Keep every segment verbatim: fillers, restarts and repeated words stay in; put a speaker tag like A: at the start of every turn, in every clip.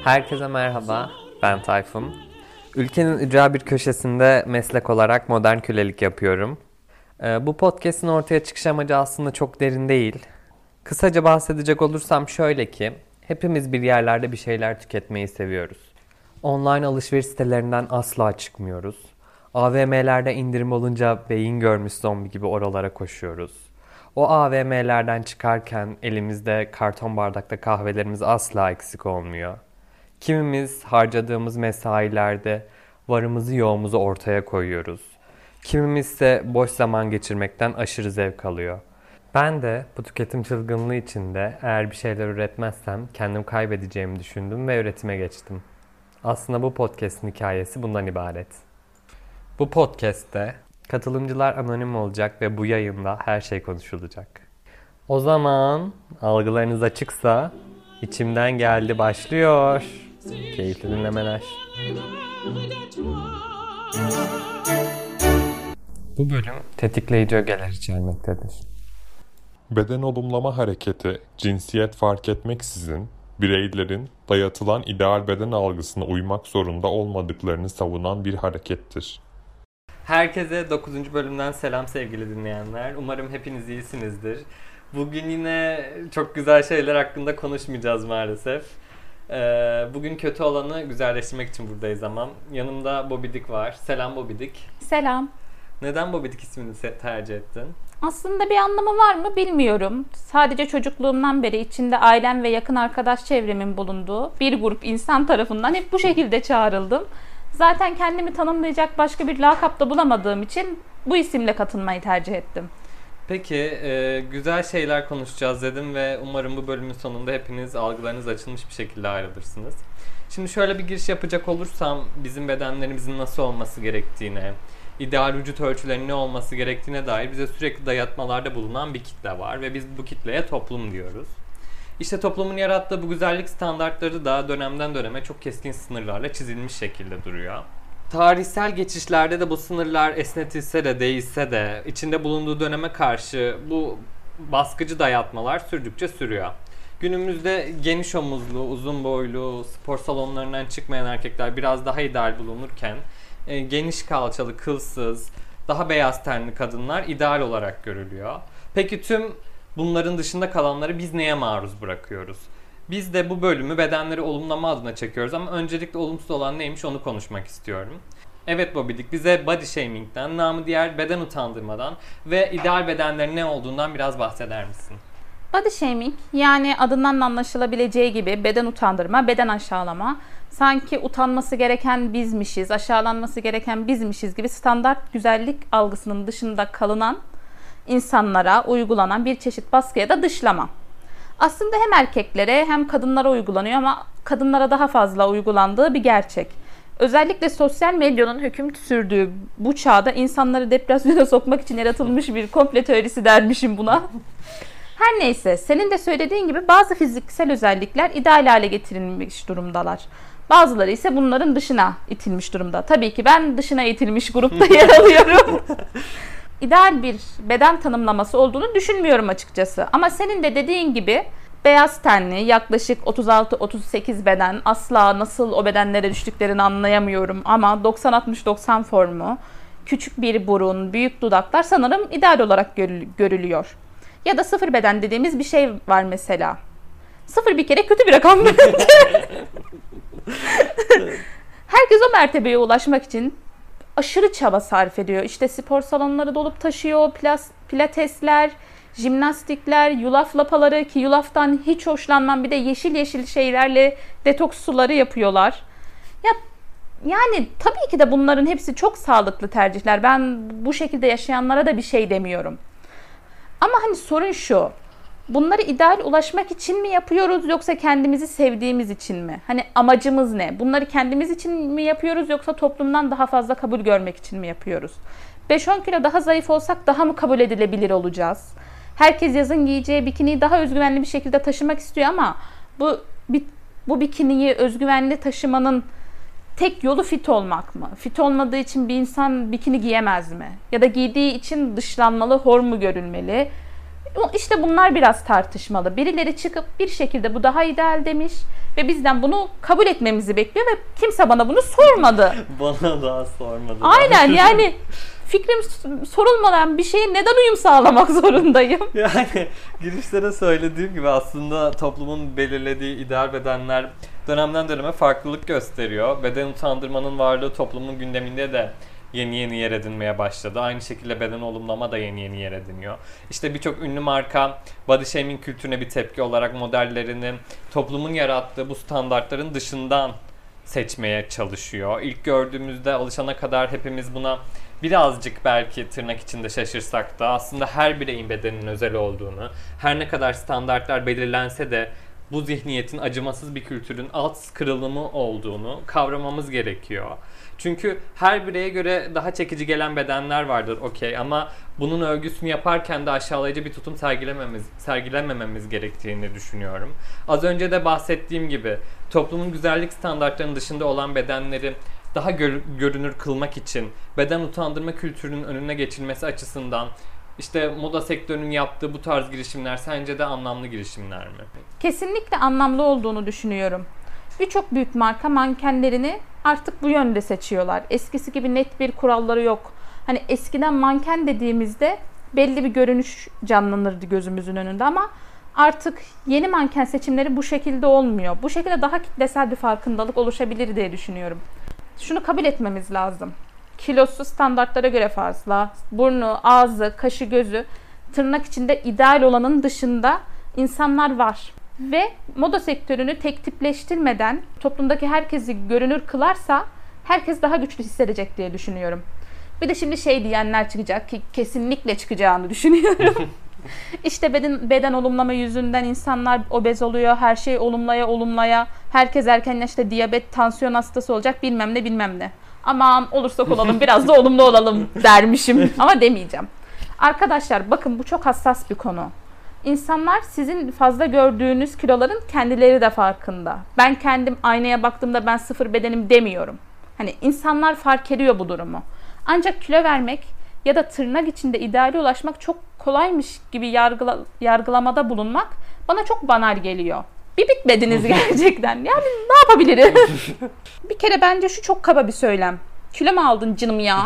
A: Herkese merhaba, ben Tayfun. Ülkenin ücra bir köşesinde meslek olarak modern kölelik yapıyorum. Ee, bu podcast'in ortaya çıkış amacı aslında çok derin değil. Kısaca bahsedecek olursam şöyle ki, hepimiz bir yerlerde bir şeyler tüketmeyi seviyoruz. Online alışveriş sitelerinden asla çıkmıyoruz. A V M'lerde indirim olunca beyin görmüş zombi gibi oralara koşuyoruz. O A V M'lerden çıkarken elimizde karton bardakta kahvelerimiz asla eksik olmuyor. Kimimiz harcadığımız mesailerde varımızı yoğumuzu ortaya koyuyoruz. Kimimiz ise boş zaman geçirmekten aşırı zevk alıyor. Ben de bu tüketim çılgınlığı içinde eğer bir şeyler üretmezsem kendim kaybedeceğimi düşündüm ve üretime geçtim. Aslında bu podcast'in hikayesi bundan ibaret. Bu podcast'te katılımcılar anonim olacak ve bu yayında her şey konuşulacak. O zaman algılarınız açıksa içimden geldi başlıyor. Keyifli dinlemeler. Bu bölüm tetikleyici ögeler içermektedir.
B: Beden olumlama hareketi, cinsiyet fark etmeksizin bireylerin dayatılan ideal beden algısına uymak zorunda olmadıklarını savunan bir harekettir.
A: Herkese dokuzuncu bölümden selam sevgili dinleyenler. Umarım hepiniz iyisinizdir. Bugün yine çok güzel şeyler hakkında konuşmayacağız maalesef. Bugün kötü olanı güzelleştirmek için buradayız ama yanımda Bobidik var. Selam Bobidik.
C: Selam.
A: Neden Bobidik ismini tercih ettin?
C: Aslında bir anlamı var mı bilmiyorum. Sadece çocukluğumdan beri içinde ailem ve yakın arkadaş çevremin bulunduğu bir grup insan tarafından hep bu şekilde çağrıldım. Zaten kendimi tanımlayacak başka bir lakap da bulamadığım için bu isimle katılmayı tercih ettim.
A: Peki, e, güzel şeyler konuşacağız dedim ve umarım bu bölümün sonunda hepiniz algılarınız açılmış bir şekilde ayrılırsınız. Şimdi şöyle bir giriş yapacak olursam bizim bedenlerimizin nasıl olması gerektiğine, ideal vücut ölçülerinin ne olması gerektiğine dair bize sürekli dayatmalarda bulunan bir kitle var ve biz bu kitleye toplum diyoruz. İşte toplumun yarattığı bu güzellik standartları da dönemden döneme çok keskin sınırlarla çizilmiş şekilde duruyor. Tarihsel geçişlerde de bu sınırlar esnetilse de değişse de içinde bulunduğu döneme karşı bu baskıcı dayatmalar sürdükçe sürüyor. Günümüzde geniş omuzlu, uzun boylu, spor salonlarından çıkmayan erkekler biraz daha ideal bulunurken geniş kalçalı, kılsız, daha beyaz tenli kadınlar ideal olarak görülüyor. Peki tüm bunların dışında kalanları biz neye maruz bırakıyoruz? Biz de bu bölümü bedenleri olumlama adına çekiyoruz ama öncelikle olumsuz olan neymiş onu konuşmak istiyorum. Evet Bobidik, bize body shaming'den, namı diğer beden utandırmadan ve ideal bedenlerin ne olduğundan biraz bahseder misin?
C: Body shaming, yani adından da anlaşılabileceği gibi beden utandırma, beden aşağılama, sanki utanması gereken bizmişiz, aşağılanması gereken bizmişiz gibi standart güzellik algısının dışında kalınan insanlara uygulanan bir çeşit baskı ya da dışlama. Aslında hem erkeklere hem kadınlara uygulanıyor ama kadınlara daha fazla uygulandığı bir gerçek. Özellikle sosyal medyanın hüküm sürdüğü bu çağda insanları depresyona sokmak için yaratılmış bir komple teorisi dermişim buna. Her neyse, senin de söylediğin gibi bazı fiziksel özellikler ideal hale getirilmiş durumdalar. Bazıları ise bunların dışına itilmiş durumda. Tabii ki ben dışına itilmiş grupta yer alıyorum. İdeal bir beden tanımlaması olduğunu düşünmüyorum açıkçası. Ama senin de dediğin gibi beyaz tenli, yaklaşık otuz altı otuz sekiz beden, asla nasıl o bedenlere düştüklerini anlayamıyorum ama doksan altmış doksan formu, küçük bir burun, büyük dudaklar sanırım ideal olarak görülüyor. Ya da sıfır beden dediğimiz bir şey var mesela. Sıfır bir kere kötü bir rakam bence. Herkes o mertebeye ulaşmak için aşırı çaba sarf ediyor. İşte spor salonları dolup taşıyor, plas, pilatesler, jimnastikler, yulaf lapaları ki yulaftan hiç hoşlanmam. Bir de yeşil yeşil şeylerle detoks suları yapıyorlar. Ya yani tabii ki de bunların hepsi çok sağlıklı tercihler. Ben bu şekilde yaşayanlara da bir şey demiyorum. Ama hani sorun şu. Bunları ideal ulaşmak için mi yapıyoruz yoksa kendimizi sevdiğimiz için mi? Hani amacımız ne? Bunları kendimiz için mi yapıyoruz yoksa toplumdan daha fazla kabul görmek için mi yapıyoruz? beş on kilo daha zayıf olsak daha mı kabul edilebilir olacağız? Herkes yazın giyeceği bikiniyi daha özgüvenli bir şekilde taşımak istiyor ama bu bu bikiniyi özgüvenli taşımanın tek yolu fit olmak mı? Fit olmadığı için bir insan bikini giyemez mi? Ya da giydiği için dışlanmalı, hor mu görünmeli? İşte bunlar biraz tartışmalı. Birileri çıkıp bir şekilde bu daha ideal demiş ve bizden bunu kabul etmemizi bekliyor ve kimse bana bunu sormadı.
A: Bana daha sormadı.
C: Aynen yani fikrim sorulmadan bir şeye neden uyum sağlamak zorundayım?
A: Yani girişte de söylediğim gibi aslında toplumun belirlediği ideal bedenler dönemden döneme farklılık gösteriyor. Beden utandırmanın varlığı toplumun gündeminde de yeni yeni yer edinmeye başladı. Aynı şekilde beden olumlama da yeni yeni yer ediniyor. İşte birçok ünlü marka body shaming kültürüne bir tepki olarak modellerini toplumun yarattığı bu standartların dışından seçmeye çalışıyor. İlk gördüğümüzde alışana kadar hepimiz buna birazcık belki tırnak içinde şaşırsak da aslında her bireyin bedeninin özel olduğunu, her ne kadar standartlar belirlense de bu zihniyetin acımasız bir kültürün alt kırılımı olduğunu kavramamız gerekiyor. Çünkü her bireye göre daha çekici gelen bedenler vardır, okey, ama bunun övgüsünü yaparken de aşağılayıcı bir tutum sergilememiz, sergilemememiz gerektiğini düşünüyorum. Az önce de bahsettiğim gibi toplumun güzellik standartlarının dışında olan bedenleri daha gör, görünür kılmak için beden utandırma kültürünün önüne geçilmesi açısından işte moda sektörünün yaptığı bu tarz girişimler sence de anlamlı girişimler mi?
C: Kesinlikle anlamlı olduğunu düşünüyorum. Birçok büyük marka mankenlerini artık bu yönde seçiyorlar. Eskisi gibi net bir kuralları yok. Hani eskiden manken dediğimizde belli bir görünüş canlanırdı gözümüzün önünde ama artık yeni manken seçimleri bu şekilde olmuyor. Bu şekilde daha kitlesel bir farkındalık oluşabilir diye düşünüyorum. Şunu kabul etmemiz lazım. Kilosu standartlara göre fazla, burnu, ağzı, kaşı, gözü tırnak içinde ideal olanın dışında insanlar var. Ve moda sektörünü tek tipleştirmeden toplumdaki herkesi görünür kılarsa herkes daha güçlü hissedecek diye düşünüyorum. Bir de şimdi şey diyenler çıkacak ki kesinlikle çıkacağını düşünüyorum. İşte beden, beden olumlama yüzünden insanlar obez oluyor, her şey olumlaya olumlaya, herkes erken yaşta diyabet, tansiyon hastası olacak bilmem ne bilmem ne. Aman olursak olalım biraz da olumlu olalım dermişim ama demeyeceğim. Arkadaşlar bakın bu çok hassas bir konu. İnsanlar sizin fazla gördüğünüz kiloların kendileri de farkında. Ben kendim aynaya baktığımda ben sıfır bedenim demiyorum. Hani insanlar fark ediyor bu durumu. Ancak kilo vermek ya da tırnak içinde ideale ulaşmak çok kolaymış gibi yargıla, yargılamada bulunmak bana çok banal geliyor. Bir bitmediniz gerçekten. Yani ne yapabilirim? Bir kere bence şu çok kaba bir söylem. Kilo mu aldın canım ya?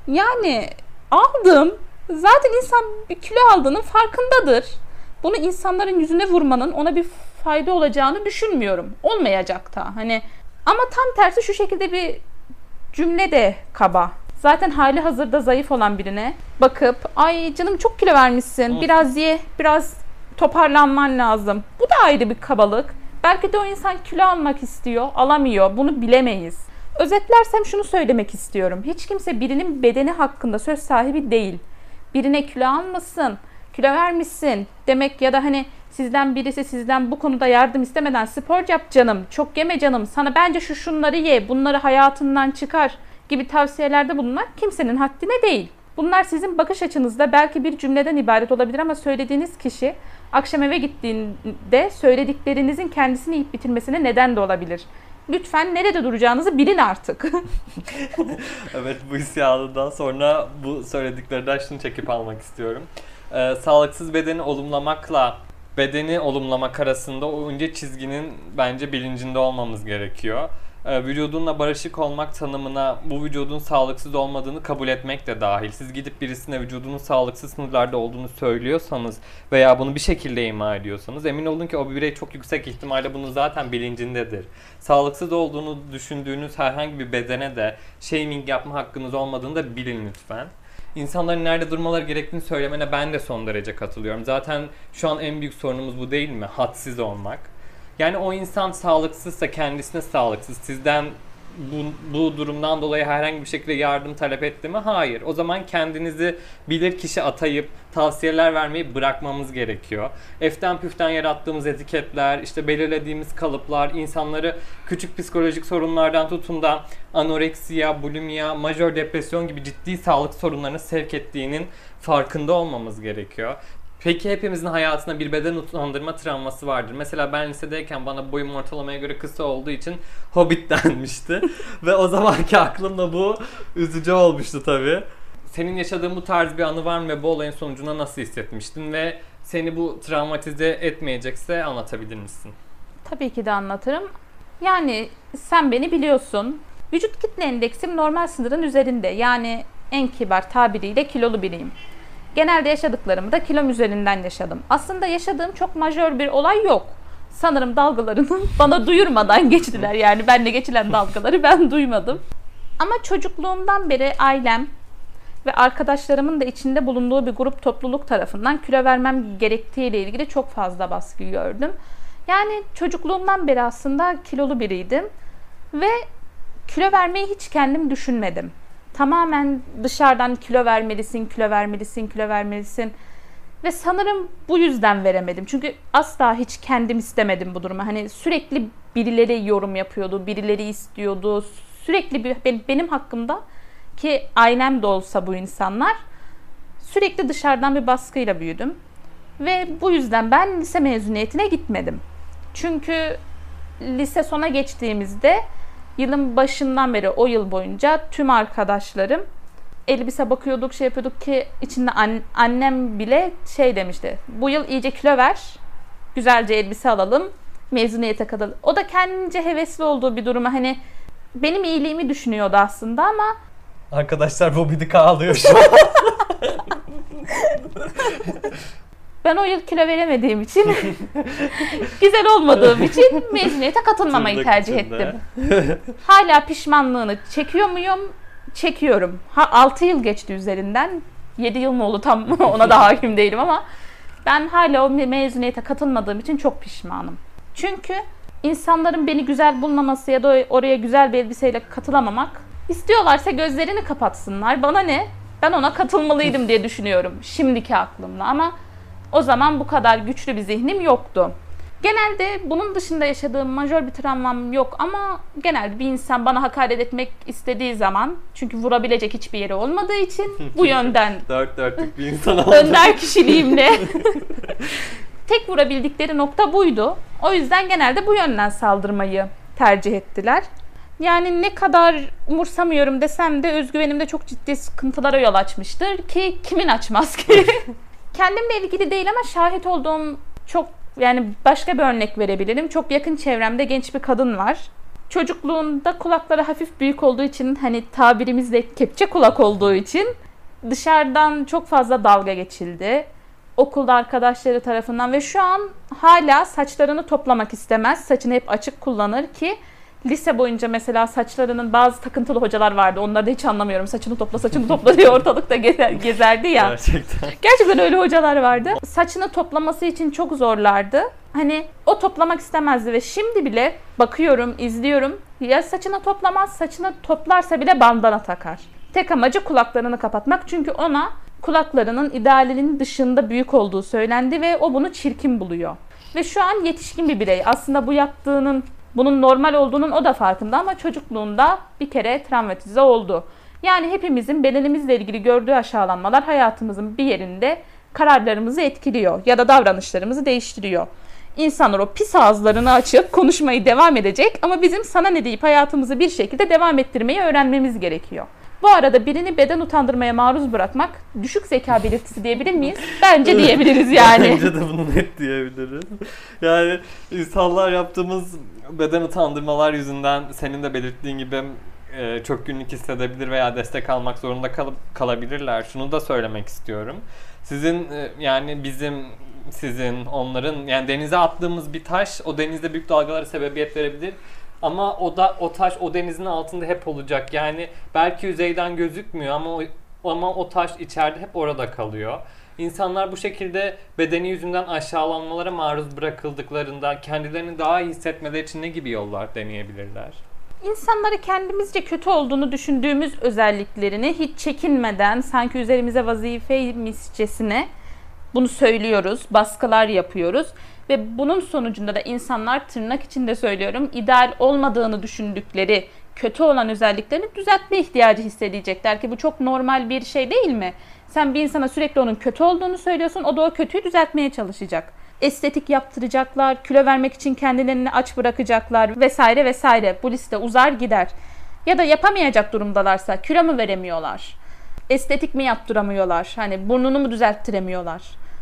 C: Yani aldım. Zaten insan bir kilo aldığının farkındadır. Bunu insanların yüzüne vurmanın ona bir fayda olacağını düşünmüyorum. Olmayacak da. Hani ama tam tersi şu şekilde bir cümle de kaba. Zaten hali hazırda zayıf olan birine bakıp ay canım çok kilo vermişsin. Biraz ye, biraz toparlanman lazım. Bu da ayrı bir kabalık. Belki de o insan kilo almak istiyor, alamıyor. Bunu bilemeyiz. Özetlersem şunu söylemek istiyorum. Hiç kimse birinin bedeni hakkında söz sahibi değil. Birine kilo almasın, kilo vermişsin demek ya da hani sizden birisi sizden bu konuda yardım istemeden spor yap canım, çok yeme canım, sana bence şu şunları ye, bunları hayatından çıkar gibi tavsiyelerde bulunmak kimsenin haddine değil. Bunlar sizin bakış açınızda belki bir cümleden ibaret olabilir ama söylediğiniz kişi akşam eve gittiğinde söylediklerinizin kendisini yiyip bitirmesine neden de olabilir. Lütfen nerede duracağınızı bilin artık.
A: Evet, bu isyanından sonra bu söylediklerinden şunu çekip almak istiyorum. Ee, sağlıksız bedeni olumlamakla bedeni olumlamak arasında o ince çizginin bence bilincinde olmamız gerekiyor. Ee, vücudunla barışık olmak tanımına bu vücudun sağlıksız olmadığını kabul etmek de dahil. Siz gidip birisine vücudunun sağlıksız sınırlarda olduğunu söylüyorsanız veya bunu bir şekilde ima ediyorsanız emin olun ki o birey çok yüksek ihtimalle bunun zaten bilincindedir. Sağlıksız olduğunu düşündüğünüz herhangi bir bedene de shaming yapma hakkınız olmadığını da bilin lütfen. İnsanların nerede durmaları gerektiğini söylemene ben de son derece katılıyorum. Zaten şu an en büyük sorunumuz bu değil mi? Hadsiz olmak. Yani o insan sağlıksızsa kendisine sağlıksız. Sizden bu, bu durumdan dolayı herhangi bir şekilde yardım talep etti mi? Hayır. O zaman kendinizi bilir kişi atayıp tavsiyeler vermeyi bırakmamız gerekiyor. Eften püften yarattığımız etiketler, işte belirlediğimiz kalıplar insanları küçük psikolojik sorunlardan tutun da anoreksiya, bulimia, majör depresyon gibi ciddi sağlık sorunlarına sevk ettiğinin farkında olmamız gerekiyor. Peki hepimizin hayatında bir beden utandırma travması vardır. Mesela ben lisedeyken bana boyum ortalamaya göre kısa olduğu için hobbit denmişti. Ve o zamanki aklımda bu üzücü olmuştu tabii. Senin yaşadığın bu tarz bir anı var mı ve bu olayın sonucunda nasıl hissetmiştin ve seni bu travmatize etmeyecekse anlatabilir misin?
C: Tabii ki de anlatırım. Yani sen beni biliyorsun. Vücut kitle endeksim normal sınırın üzerinde. Yani en kibar tabiriyle kilolu biriyim. Genelde yaşadıklarımı da kilom üzerinden yaşadım. Aslında yaşadığım çok majör bir olay yok. Sanırım dalgalarını bana duyurmadan geçtiler. Yani benimle geçilen dalgaları ben duymadım. Ama çocukluğumdan beri ailem ve arkadaşlarımın da içinde bulunduğu bir grup topluluk tarafından kilo vermem gerektiğiyle ilgili çok fazla baskı gördüm. Yani çocukluğumdan beri aslında kilolu biriydim ve kilo vermeyi hiç kendim düşünmedim. Tamamen dışarıdan kilo vermelisin, kilo vermelisin, kilo vermelisin. Ve sanırım bu yüzden veremedim. Çünkü asla hiç kendim istemedim bu durumu. Hani sürekli birileri yorum yapıyordu, birileri istiyordu. Sürekli bir, benim hakkımda ki ailem de olsa bu insanlar sürekli dışarıdan bir baskıyla büyüdüm. Ve bu yüzden ben lise mezuniyetine gitmedim. Çünkü lise sona geçtiğimizde yılın başından beri o yıl boyunca tüm arkadaşlarım elbise bakıyorduk, şey yapıyorduk ki içinde an, annem bile şey demişti. Bu yıl iyice kilo ver, güzelce elbise alalım, mezuniyete kadar. O da kendince hevesli olduğu bir duruma hani benim iyiliğimi düşünüyordu aslında ama
A: arkadaşlar Bobidika ağlıyor şu an.
C: Ben o yıl kilo veremediğim için, güzel olmadığım için mezuniyete katılmamayı
A: Tırnak
C: tercih
A: içinde.
C: ettim. Hala pişmanlığını çekiyor muyum? Çekiyorum. Ha altı yıl geçti üzerinden. yedi yıl mı oldu tam ona da hakim değilim ama ben hala o mezuniyete katılmadığım için çok pişmanım. Çünkü insanların beni güzel bulmaması ya da oraya güzel bir elbiseyle katılamamak, istiyorlarsa gözlerini kapatsınlar. Bana ne? Ben ona katılmalıydım diye düşünüyorum şimdiki aklımla ama o zaman bu kadar güçlü bir zihnim yoktu. Genelde bunun dışında yaşadığım majör bir travmam yok ama genelde bir insan bana hakaret etmek istediği zaman, çünkü vurabilecek hiçbir yeri olmadığı için bu yönden
A: Dört dörtlük bir insan oldu.
C: önder kişiliğimle tek vurabildikleri nokta buydu. O yüzden genelde bu yönden saldırmayı tercih ettiler. Yani ne kadar umursamıyorum desem de özgüvenimde çok ciddi sıkıntılara yol açmıştır ki kimin açmaz ki? Kendimle ilgili değil ama şahit olduğum çok, yani başka bir örnek verebilirim. Çok yakın çevremde genç bir kadın var. Çocukluğunda kulakları hafif büyük olduğu için, hani tabirimizle kepçe kulak olduğu için dışarıdan çok fazla dalga geçildi. Okulda arkadaşları tarafından ve şu an hala saçlarını toplamak istemez. Saçını hep açık kullanır ki lise boyunca mesela saçlarının bazı takıntılı hocalar vardı. Onları da hiç anlamıyorum. Saçını topla, saçını topla diye ortalıkta gezer, gezerdi ya.
A: Gerçekten.
C: Gerçekten öyle hocalar vardı. Saçını toplaması için çok zorlardı. Hani o toplamak istemezdi ve şimdi bile bakıyorum, izliyorum. Ya saçını toplamaz, saçını toplarsa bile bandana takar. Tek amacı kulaklarını kapatmak. Çünkü ona kulaklarının idealinin dışında büyük olduğu söylendi ve o bunu çirkin buluyor. Ve şu an yetişkin bir birey. Aslında bu yaptığının, bunun normal olduğunun o da farkında ama çocukluğunda bir kere travmatize oldu. Yani hepimizin bedenimizle ilgili gördüğü aşağılanmalar hayatımızın bir yerinde kararlarımızı etkiliyor ya da davranışlarımızı değiştiriyor. İnsanlar o pis ağızlarını açıp konuşmayı devam edecek ama bizim sana ne deyip hayatımızı bir şekilde devam ettirmeyi öğrenmemiz gerekiyor. Bu arada birini beden utandırmaya maruz bırakmak düşük zeka belirtisi diyebilir miyiz? Bence diyebiliriz yani.
A: Bence de bunu net diyebiliriz. Yani insanlar yaptığımız beden utandırmalar yüzünden senin de belirttiğin gibi e, çok günlük hissedebilir veya destek almak zorunda kalıp kalabilirler. Şunu da söylemek istiyorum. Sizin e, yani bizim, sizin, onların, yani denize attığımız bir taş o denizde büyük dalgalara sebebiyet verebilir. Ama o da o taş o denizin altında hep olacak. Yani belki yüzeyden gözükmüyor ama o, ama o taş içeride hep orada kalıyor. İnsanlar bu şekilde bedeni yüzünden aşağılanmalara maruz bırakıldıklarında kendilerini daha iyi hissetmeleri için ne gibi yollar deneyebilirler?
C: İnsanları kendimizce kötü olduğunu düşündüğümüz özelliklerini hiç çekinmeden sanki üzerimize vazifeymişçesine bunu söylüyoruz, baskılar yapıyoruz. Ve bunun sonucunda da insanlar, tırnak içinde söylüyorum, ideal olmadığını düşündükleri kötü olan özelliklerini düzeltme ihtiyacı hissedecekler ki bu çok normal bir şey değil mi? Sen bir insana sürekli onun kötü olduğunu söylüyorsun, o da o kötüyü düzeltmeye çalışacak. Estetik yaptıracaklar, kilo vermek için kendilerini aç bırakacaklar vesaire vesaire. Bu liste uzar gider. Ya da yapamayacak durumdalarsa kilo mu veremiyorlar? Estetik mi yaptıramıyorlar? Hani burnunu mu düzelttiremiyorlar?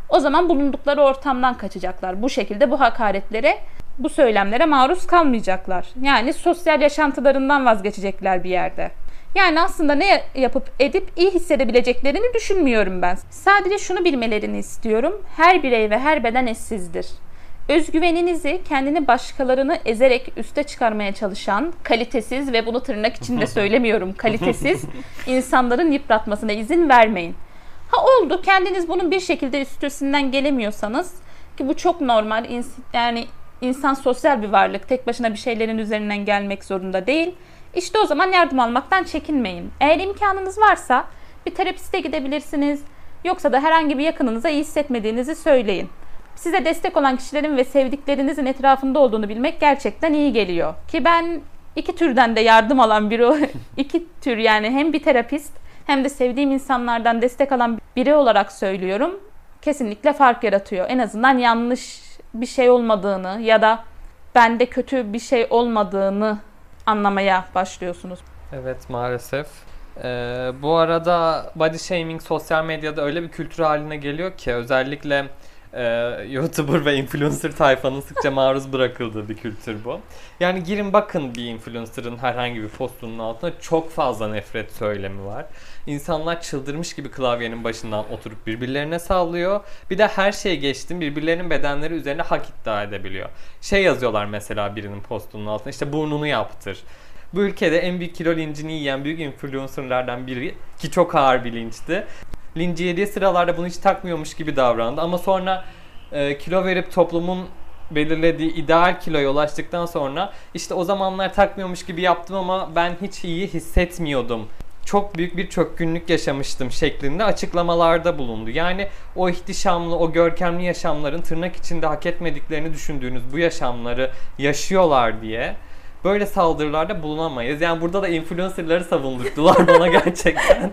C: O zaman bulundukları ortamdan kaçacaklar. Bu şekilde bu hakaretlere, bu söylemlere maruz kalmayacaklar. Yani sosyal yaşantılarından vazgeçecekler bir yerde. Yani aslında ne yapıp edip iyi hissedebileceklerini düşünmüyorum ben. Sadece şunu bilmelerini istiyorum. Her birey ve her beden eşsizdir. Özgüveninizi, kendini başkalarını ezerek üste çıkarmaya çalışan, kalitesiz ve bunu tırnak içinde söylemiyorum, kalitesiz insanların yıpratmasına izin vermeyin. Ha oldu, kendiniz bunun bir şekilde üstesinden gelemiyorsanız, ki bu çok normal, yani insan sosyal bir varlık, tek başına bir şeylerin üzerinden gelmek zorunda değil. İşte o zaman yardım almaktan çekinmeyin. Eğer imkanınız varsa bir terapiste gidebilirsiniz. Yoksa da herhangi bir yakınınıza iyi hissetmediğinizi söyleyin. Size destek olan kişilerin ve sevdiklerinizin etrafında olduğunu bilmek gerçekten iyi geliyor. Ki ben iki türden de yardım alan biri, iki tür yani hem bir terapist hem de sevdiğim insanlardan destek alan biri olarak söylüyorum. Kesinlikle fark yaratıyor. En azından yanlış bir şey olmadığını ya da bende kötü bir şey olmadığını anlamaya başlıyorsunuz.
A: Evet, maalesef. Ee, bu arada body shaming sosyal medyada öyle bir kültür haline geliyor ki özellikle e, YouTuber ve influencer tayfanın sıkça maruz bırakıldığı bir kültür bu. Yani girin bakın bir influencer'ın herhangi bir postunun altına çok fazla nefret söylemi var. İnsanlar çıldırmış gibi klavyenin başından oturup birbirlerine sallıyor. Bir de her şeye geçtim, birbirlerinin bedenleri üzerine hak iddia edebiliyor. Şey yazıyorlar mesela birinin postunun altına, işte burnunu yaptır. Bu ülkede en büyük kilo lincini yiyen büyük influencerlardan biri, ki çok ağır bir linçti. Linci yediği sıralarda bunu hiç takmıyormuş gibi davrandı ama sonra e, kilo verip toplumun belirlediği ideal kiloya ulaştıktan sonra işte o zamanlar takmıyormuş gibi yaptım ama ben hiç iyi hissetmiyordum, çok büyük bir çökkünlük yaşamıştım şeklinde açıklamalarda bulundu. Yani o ihtişamlı, o görkemli yaşamların tırnak içinde hak etmediklerini düşündüğünüz bu yaşamları yaşıyorlar diye böyle saldırılarda bulunamayız. Yani burada da influencerları savundurdular bana gerçekten.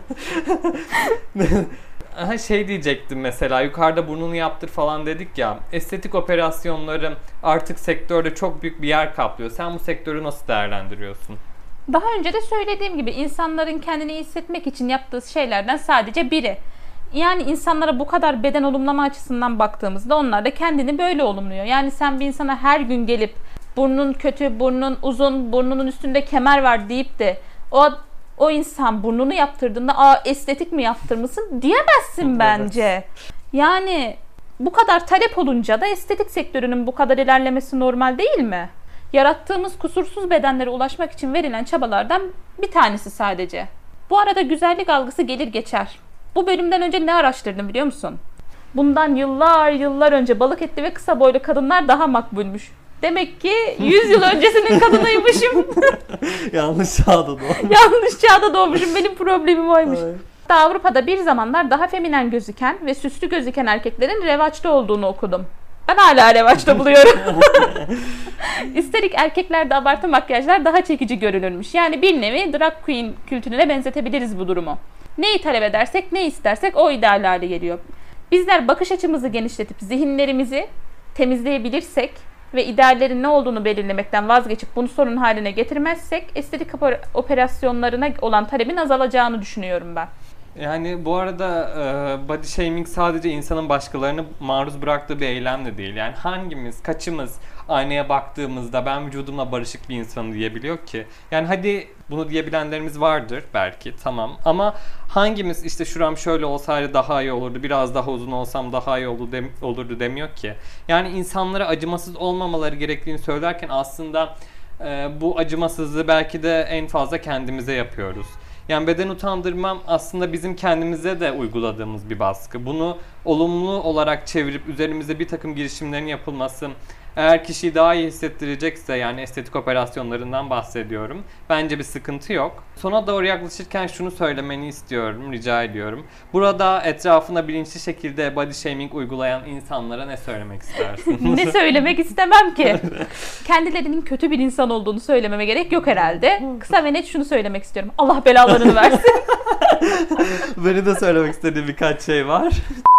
A: Aha, şey diyecektim mesela, yukarıda burnunu yaptır falan dedik ya, estetik operasyonları artık sektörde çok büyük bir yer kaplıyor. Sen bu sektörü nasıl değerlendiriyorsun?
C: Daha önce de söylediğim gibi insanların kendini iyi hissetmek için yaptığı şeylerden sadece biri. Yani insanlara bu kadar beden olumlama açısından baktığımızda onlar da kendini böyle olumluyor. Yani sen bir insana her gün gelip burnun kötü, burnun uzun, burnunun üstünde kemer var deyip de o o insan burnunu yaptırdığında aa estetik mi yaptırmışsın diyemezsin bence. Evet. Yani bu kadar talep olunca da estetik sektörünün bu kadar ilerlemesi normal değil mi? Yarattığımız kusursuz bedenlere ulaşmak için verilen çabalardan bir tanesi sadece. Bu arada güzellik algısı gelir geçer. Bu bölümden önce ne araştırdım biliyor musun? Bundan yıllar yıllar önce balık etli ve kısa boylu kadınlar daha makbulmuş. Demek ki yüz yıl öncesinin kadınıymışım.
A: Yanlış çağda doğmuşum.
C: Yanlış çağda doğmuşum. Benim problemim oymuş. Hatta Avrupa'da bir zamanlar daha feminen gözüken ve süslü gözüken erkeklerin revaçta olduğunu okudum. Ben hala revaçta buluyorum. Üstelik erkeklerde abartı makyajlar daha çekici görünürmüş. Yani bir nevi drag queen kültürüne benzetebiliriz bu durumu. Neyi talep edersek, ne istersek o ideal hale geliyor. Bizler bakış açımızı genişletip zihinlerimizi temizleyebilirsek ve ideallerin ne olduğunu belirlemekten vazgeçip bunu sorun haline getirmezsek estetik operasyonlarına olan talebin azalacağını düşünüyorum ben.
A: Yani bu arada e, body shaming sadece insanın başkalarını maruz bıraktığı bir eylem de değil. Yani hangimiz, kaçımız aynaya baktığımızda ben vücudumla barışık bir insanım diyebiliyor ki? Yani hadi bunu diyebilenlerimiz vardır belki, tamam, ama hangimiz işte şuram şöyle olsaydı daha iyi olurdu, biraz daha uzun olsam daha iyi olurdu, dem- olurdu demiyor ki. Yani insanlara acımasız olmamaları gerektiğini söylerken aslında e, bu acımasızlığı belki de en fazla kendimize yapıyoruz. Yani beden utandırmam aslında bizim kendimize de uyguladığımız bir baskı. Bunu olumlu olarak çevirip üzerimize bir takım girişimlerin yapılması, eğer kişiyi daha iyi hissettirecekse, yani estetik operasyonlarından bahsediyorum, bence bir sıkıntı yok. Sona doğru yaklaşırken şunu söylemeni istiyorum, rica ediyorum. Burada etrafına bilinçli şekilde body shaming uygulayan insanlara ne söylemek istersin?
C: Ne söylemek istemem ki? Kendilerinin kötü bir insan olduğunu söylememe gerek yok herhalde. Kısa ve net şunu söylemek istiyorum. Allah belalarını versin.
A: Benim de söylemek istediğim birkaç şey var.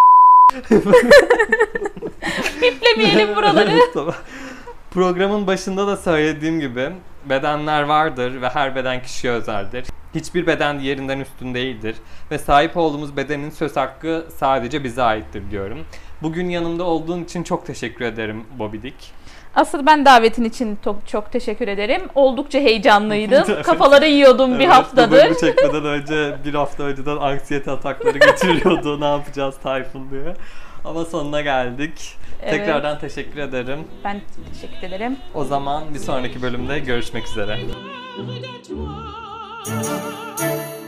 C: Biplemeyelim buraları.
A: Tamam. Programın başında da söylediğim gibi bedenler vardır ve her beden kişiye özeldir. Hiçbir beden diğerinden üstün değildir ve sahip olduğumuz bedenin söz hakkı sadece bize aittir diyorum. Bugün yanımda olduğun için çok teşekkür ederim Bobidik.
C: Asıl ben davetin için çok, çok teşekkür ederim. Oldukça heyecanlıydım.
A: Evet.
C: Kafaları yiyordum bir
A: Evet,
C: haftadır.
A: bu bölümü çekmeden önce bir hafta önceden anksiyete atakları getiriyordu. Ne yapacağız Tayfun diye. Ama sonuna geldik.
C: Evet.
A: Tekrardan teşekkür ederim.
C: Ben teşekkür ederim.
A: O zaman bir sonraki bölümde görüşmek üzere.